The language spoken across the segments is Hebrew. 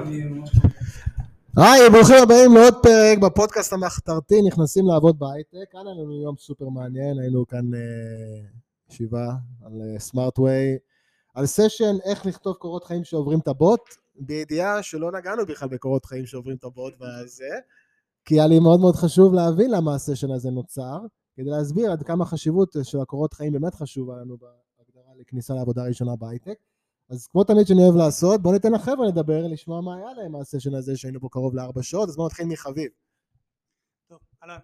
היי, ברוכים הבאים לעוד פרק בפודקאסט המחתרתי, נכנסים לעבוד בהייטק. כאן היה לנו יום סופר מעניין, היינו כאן ישיבה על סמארטווי, על סשן איך לכתוב קורות חיים שעוברים את הבוט, בידיעה שלא נגענו בכלל בקורות חיים שעוברים את הבוט וזה, כי היה לי מאוד מאוד חשוב להבין למה הסשן הזה נוצר, כדי להסביר עד כמה חשיבות של הקורות חיים באמת חשובה לנו בהגדרה לכניסה לעבודה ראשונה בהייטק. אז כמו תמיד שאני אוהב לעשות, בוא ניתן לחבר'ה לדבר, לשמוע מה היה להם מהסשן הזה שהיינו בו קרוב ל4 שעות, אז בוא נתחיל מחביב. טוב, אהלן.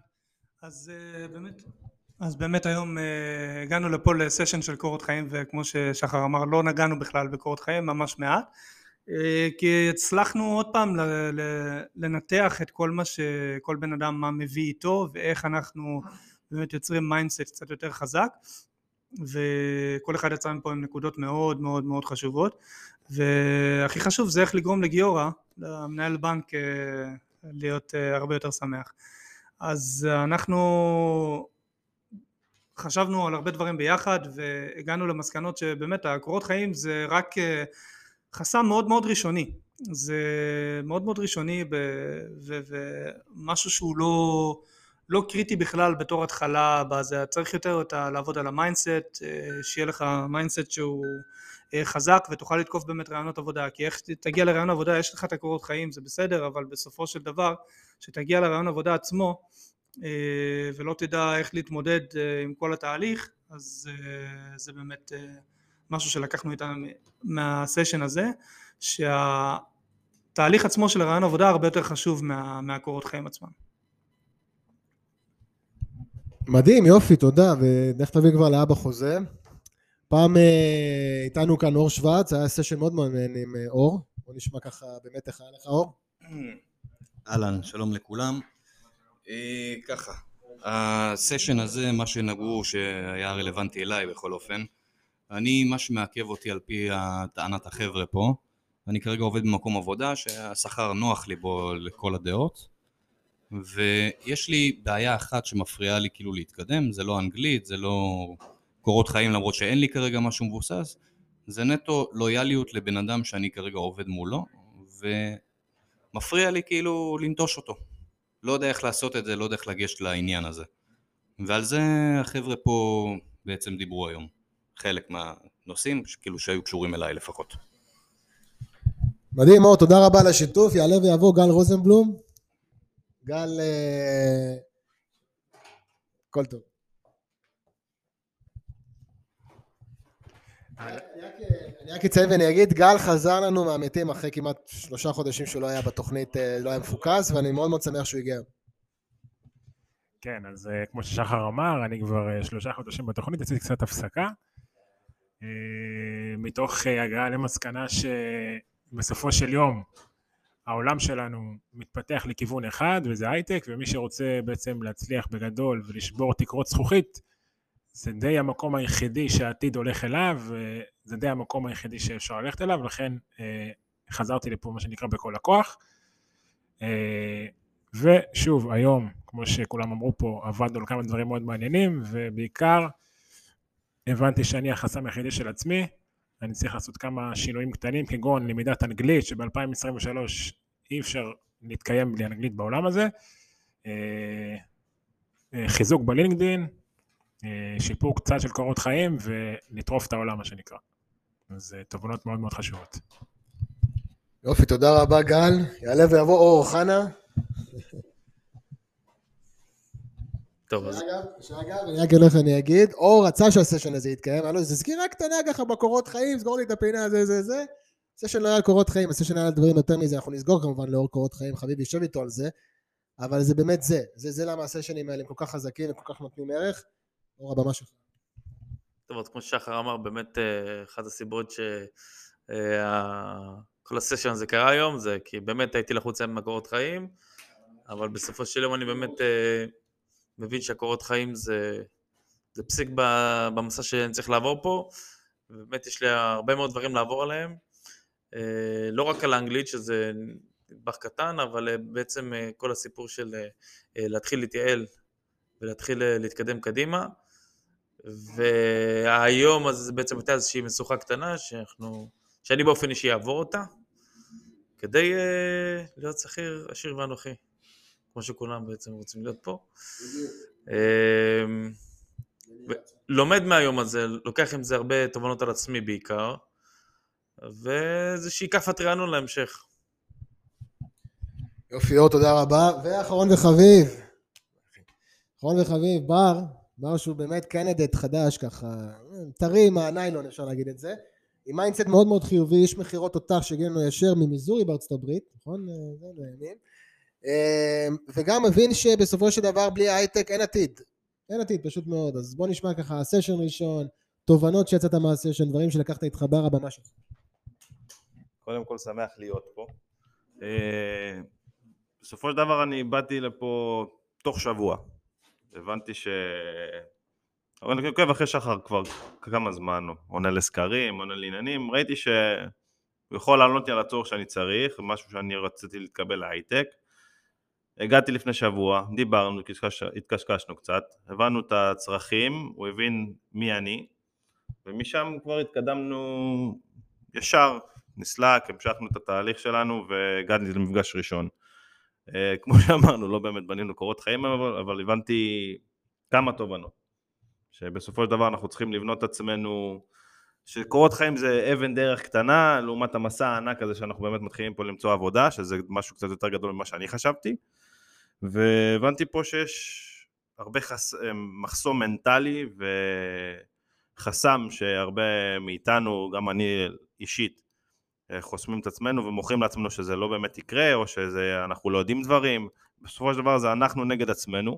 אז באמת היום הגענו לפה לסשן של קורות חיים, וכמו ששחר אמר, לא נגענו בכלל בקורות חיים, ממש מעט, כי הצלחנו עוד פעם לנתח את כל מה שכל בן אדם מה מביא איתו, ואיך אנחנו באמת יוצרים מיינדסט קצת יותר חזק, וכל אחד יצא מפה עם נקודות מאוד מאוד מאוד חשובות, והכי חשוב זה איך לגרום לגיורא, למנהל בנק, להיות הרבה יותר שמח. אז אנחנו חשבנו על הרבה דברים ביחד והגענו למסקנות שבאמת הקורות חיים זה רק חסם מאוד מאוד ראשוני, זה מאוד מאוד ראשוני ומשהו שהוא לא קריטי בכלל בתור התחלה. בזה צריך יותר לעבוד על המיינדסט, שיהיה לך מיינדסט שהוא חזק ותוכל לתקוף באמת רעיונות עבודה, כי איך תגיע לרעיון עבודה, יש לך את הקורות חיים זה בסדר, אבל בסופו של דבר שתגיע לרעיון עבודה עצמו ולא תדע איך להתמודד עם כל התהליך, אז זה באמת משהו שלקחנו איתנו מהסשן הזה, שהתהליך עצמו של הרעיון עבודה הרבה יותר חשוב מהקורות חיים עצמם. מדהים, יופי, תודה, ונלך תביא כבר לאבא חוזה. פעם איתנו כאן אור שוורץ, היה סשן מאוד מעניין עם אור, בוא נשמע ככה באמת איך היה לך אור. אהלן, שלום לכולם. ככה, הסשן הזה, מה שנגעו שהיה רלוונטי אליי בכל אופן, מה שמעכב אותי על פי טענת החבר'ה פה, אני כרגע עובד במקום עבודה שהשכר נוח לי בו לכל הדעות, ויש לי בעיה אחת שמפריעה לי כאילו להתקדם, זה לא אנגלית, זה לא קורות חיים למרות שאין לי כרגע משהו מבוסס, זה נטו לויאליות לבן אדם שאני כרגע עובד מולו, ומפריע לי כאילו לנטוש אותו. לא יודע איך לעשות את זה, לא יודע איך לגשת לעניין הזה. ועל זה החבר'ה פה בעצם דיברו היום. חלק מהנושאים כאילו שהיו קשורים אליי לפחות. מדהים, אור, תודה רבה על השיתוף. יעלה ויבוא גל רוזנבלום. גל, כל טוב. אני רק אציין ואני אגיד, גל חזר לנו מהמתים אחרי כמעט 3 חודשים שהוא לא היה בתוכנית, לא היה מפוקס, ואני מאוד מאוד שמח שהוא הגיע. כן, אז כמו ששחר אמר, אני כבר 3 חודשים בתוכנית, עשיתי קצת הפסקה, מתוך הגעה למסקנה שבסופו של יום העולם שלנו מתפתח לכיוון אחד, וזה הייטק, ומי שרוצה בעצם להצליח בגדול ולשבור תקרות זכוכית, זה די המקום היחידי שהעתיד הולך אליו, זה די המקום היחידי שאפשר ללכת אליו, ולכן חזרתי לפה מה שנקרא בכל הכוח. ושוב, היום, כמו שכולם אמרו פה, עבדנו על כמה דברים מאוד מעניינים, ובעיקר הבנתי שאני החסם היחידי של עצמי, אני צריך לעשות כמה שינויים קטנים, כגון למידת אנגלית, שב-2023 אי אפשר להתקיים בלי אנגלית בעולם הזה, חיזוק בלינקדין, שיפור קצת של קורות חיים, ולטרוף את העולם, מה שנקרא. אז תובנות מאוד מאוד חשובות. יופי, תודה רבה גל. יעלה ויבוא אור אוחנה. טוב, אז שאגב, אני רק אלך אני אגיד, אור רצה שהסשן הזה יתקיים, זה סגירה קטנה ככה בקורות חיים, סגור לי את הפינה, זה. סשן לא היה על קורות חיים, הסשן היה על דברים יותר מזה, אנחנו נסגור כמובן לאור קורות חיים, חביב יושב איתו על זה, אבל זה באמת זה למה הסשנים האלה הם כל כך חזקים וכל כך נותנים ערך. אור, הבמה שלך. טוב, אז כמו ששחר אמר, באמת אחת הסיבות שכל הסשן הזה קרה היום, זה כי באמת הייתי לחוץ מהקורות חיים, אבל בסופו של יום אני באמת מבין שהקורות חיים זה פסיק במסע שאני צריך לעבור פה, ובאמת יש לי הרבה מאוד דברים לעבור עליהם, לא רק על האנגלית שזה נדבך קטן, אבל בעצם כל הסיפור של להתחיל להתייעל ולהתחיל להתקדם קדימה, והיום אז בעצם הייתה איזושהי משוכה קטנה שאני באופן אישי אעבור אותה, כדי להיות שכיר, עשיר ואנוכי, כמו שכולם בעצם רוצים להיות פה. לומד מהיום הזה, לוקח עם זה הרבה תובנות על עצמי בעיקר, וזה שיקף את רענון להמשך. יופי, תודה רבה. ואחרון וחביב, בר שהוא באמת קנדידט חדש ככה, טרי מהניילון אפשר להגיד את זה, עם מיינדסט מאוד מאוד חיובי, איש מחירות תותח שהגיע לנו ישר ממיזורי בארצות הברית, נכון? זה לימים. וגם מבין שבסופו של דבר בלי הייטק אין עתיד פשוט מאוד. אז בוא נשמע ככה סשן ראשון, תובנות שיצאת מהסשן, דברים שלקחת איתך בר הבמה שלך. קודם כל שמח להיות פה. בסופו של דבר אני באתי לפה תוך שבוע. הבנתי אבל אני עוקב אחרי שחר כבר כמה זמן, עונה לסקרים, עונה לעניינים, ראיתי שהוא יכול לענות לי על הצורך שאני צריך, משהו שאני רציתי להתקבל להייטק. הגעתי לפני שבוע, דיברנו, התקשקשנו קצת, הבנו את הצרכים, הוא הבין מי אני, ומשם כבר התקדמנו ישר, נסלק, המשכנו את התהליך שלנו והגעתי למפגש ראשון. כמו שאמרנו, לא באמת בנינו קורות חיים, אבל הבנתי כמה תובנות. שבסופו של דבר אנחנו צריכים לבנות את עצמנו, שקורות חיים זה אבן דרך קטנה, לעומת המסע הענק הזה שאנחנו באמת מתחילים פה למצוא עבודה, שזה משהו קצת יותר גדול ממה שאני חשבתי, והבנתי פה שיש הרבה מחסום מנטלי וחסם שהרבה מאיתנו, גם אני אישית, חוסמים את עצמנו ומוכרים לעצמנו שזה לא באמת יקרה, או שאנחנו לא יודעים דברים. בסופו של דבר זה אנחנו נגד עצמנו,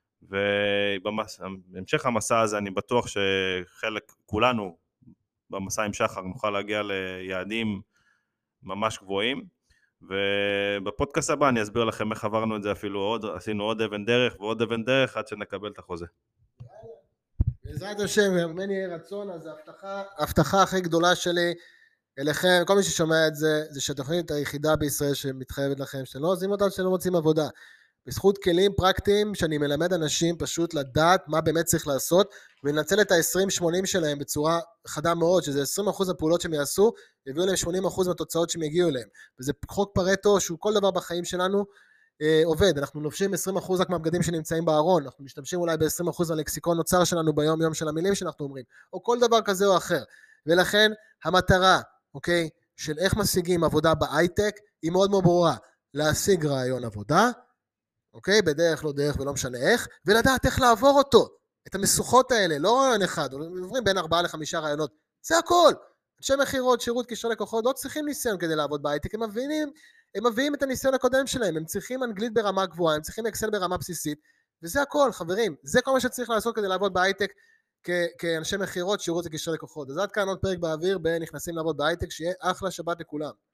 ובהמשך המסע הזה אני בטוח שחלק, כולנו במסע עם שחר נוכל להגיע ליעדים ממש גבוהים, ובפודקאסט הבא אני אסביר לכם איך עברנו את זה, אפילו עשינו עוד אבן דרך ועוד אבן דרך עד שנקבל את החוזה. בעזרת השם, ממני יהיה רצון, אז ההבטחה הכי גדולה שלי אליכם, כל מי ששומע את זה, זה שהתוכנית היחידה בישראל שמתחייבת לכם, שאתם לא עוזבים אותם, שאתם לא מוצאים עבודה. בזכות כלים פרקטיים שאני מלמד אנשים פשוט לדעת מה באמת צריך לעשות, ולנצל את ה-20-80 שלהם בצורה חדה מאוד, שזה 20% הפעולות שהם יעשו, יביאו להם 80% מהתוצאות שהם יגיעו אליהם. וזה חוק פרטו שהוא כל דבר בחיים שלנו עובד. אנחנו לובשים 20% רק מהבגדים שנמצאים בארון, אנחנו משתמשים אולי ב-20% הלקסיקון נוצר שלנו ביום יום של המילים שאנחנו אומרים, או כל דבר כזה או אחר. ולכן המטרה, אוקיי, של איך משיגים עבודה בהייטק, היא מאוד מאוד ברורה. להשיג רעיון עבודה, אוקיי? בדרך לא דרך ולא משנה איך, ולדעת איך לעבור אותו. את המשוכות האלה, לא רעיון אחד, עוברים בין 4 ל5 רעיונות. זה הכל. אנשי מחירות, שירות, קשרי לקוחות, לא צריכים ניסיון כדי לעבוד בהייטק, הם מביאים את הניסיון הקודם שלהם, הם צריכים אנגלית ברמה גבוהה, הם צריכים אקסל ברמה בסיסית, וזה הכל, חברים. זה כל מה שצריך לעשות כדי לעבוד בהייטק, כאנשי מחירות, שירות וקשרי לקוחות. אז עד כאן עוד פרק באוויר, בנכנסים לעבוד בהייטק, שיהיה אחלה שבת לכולם.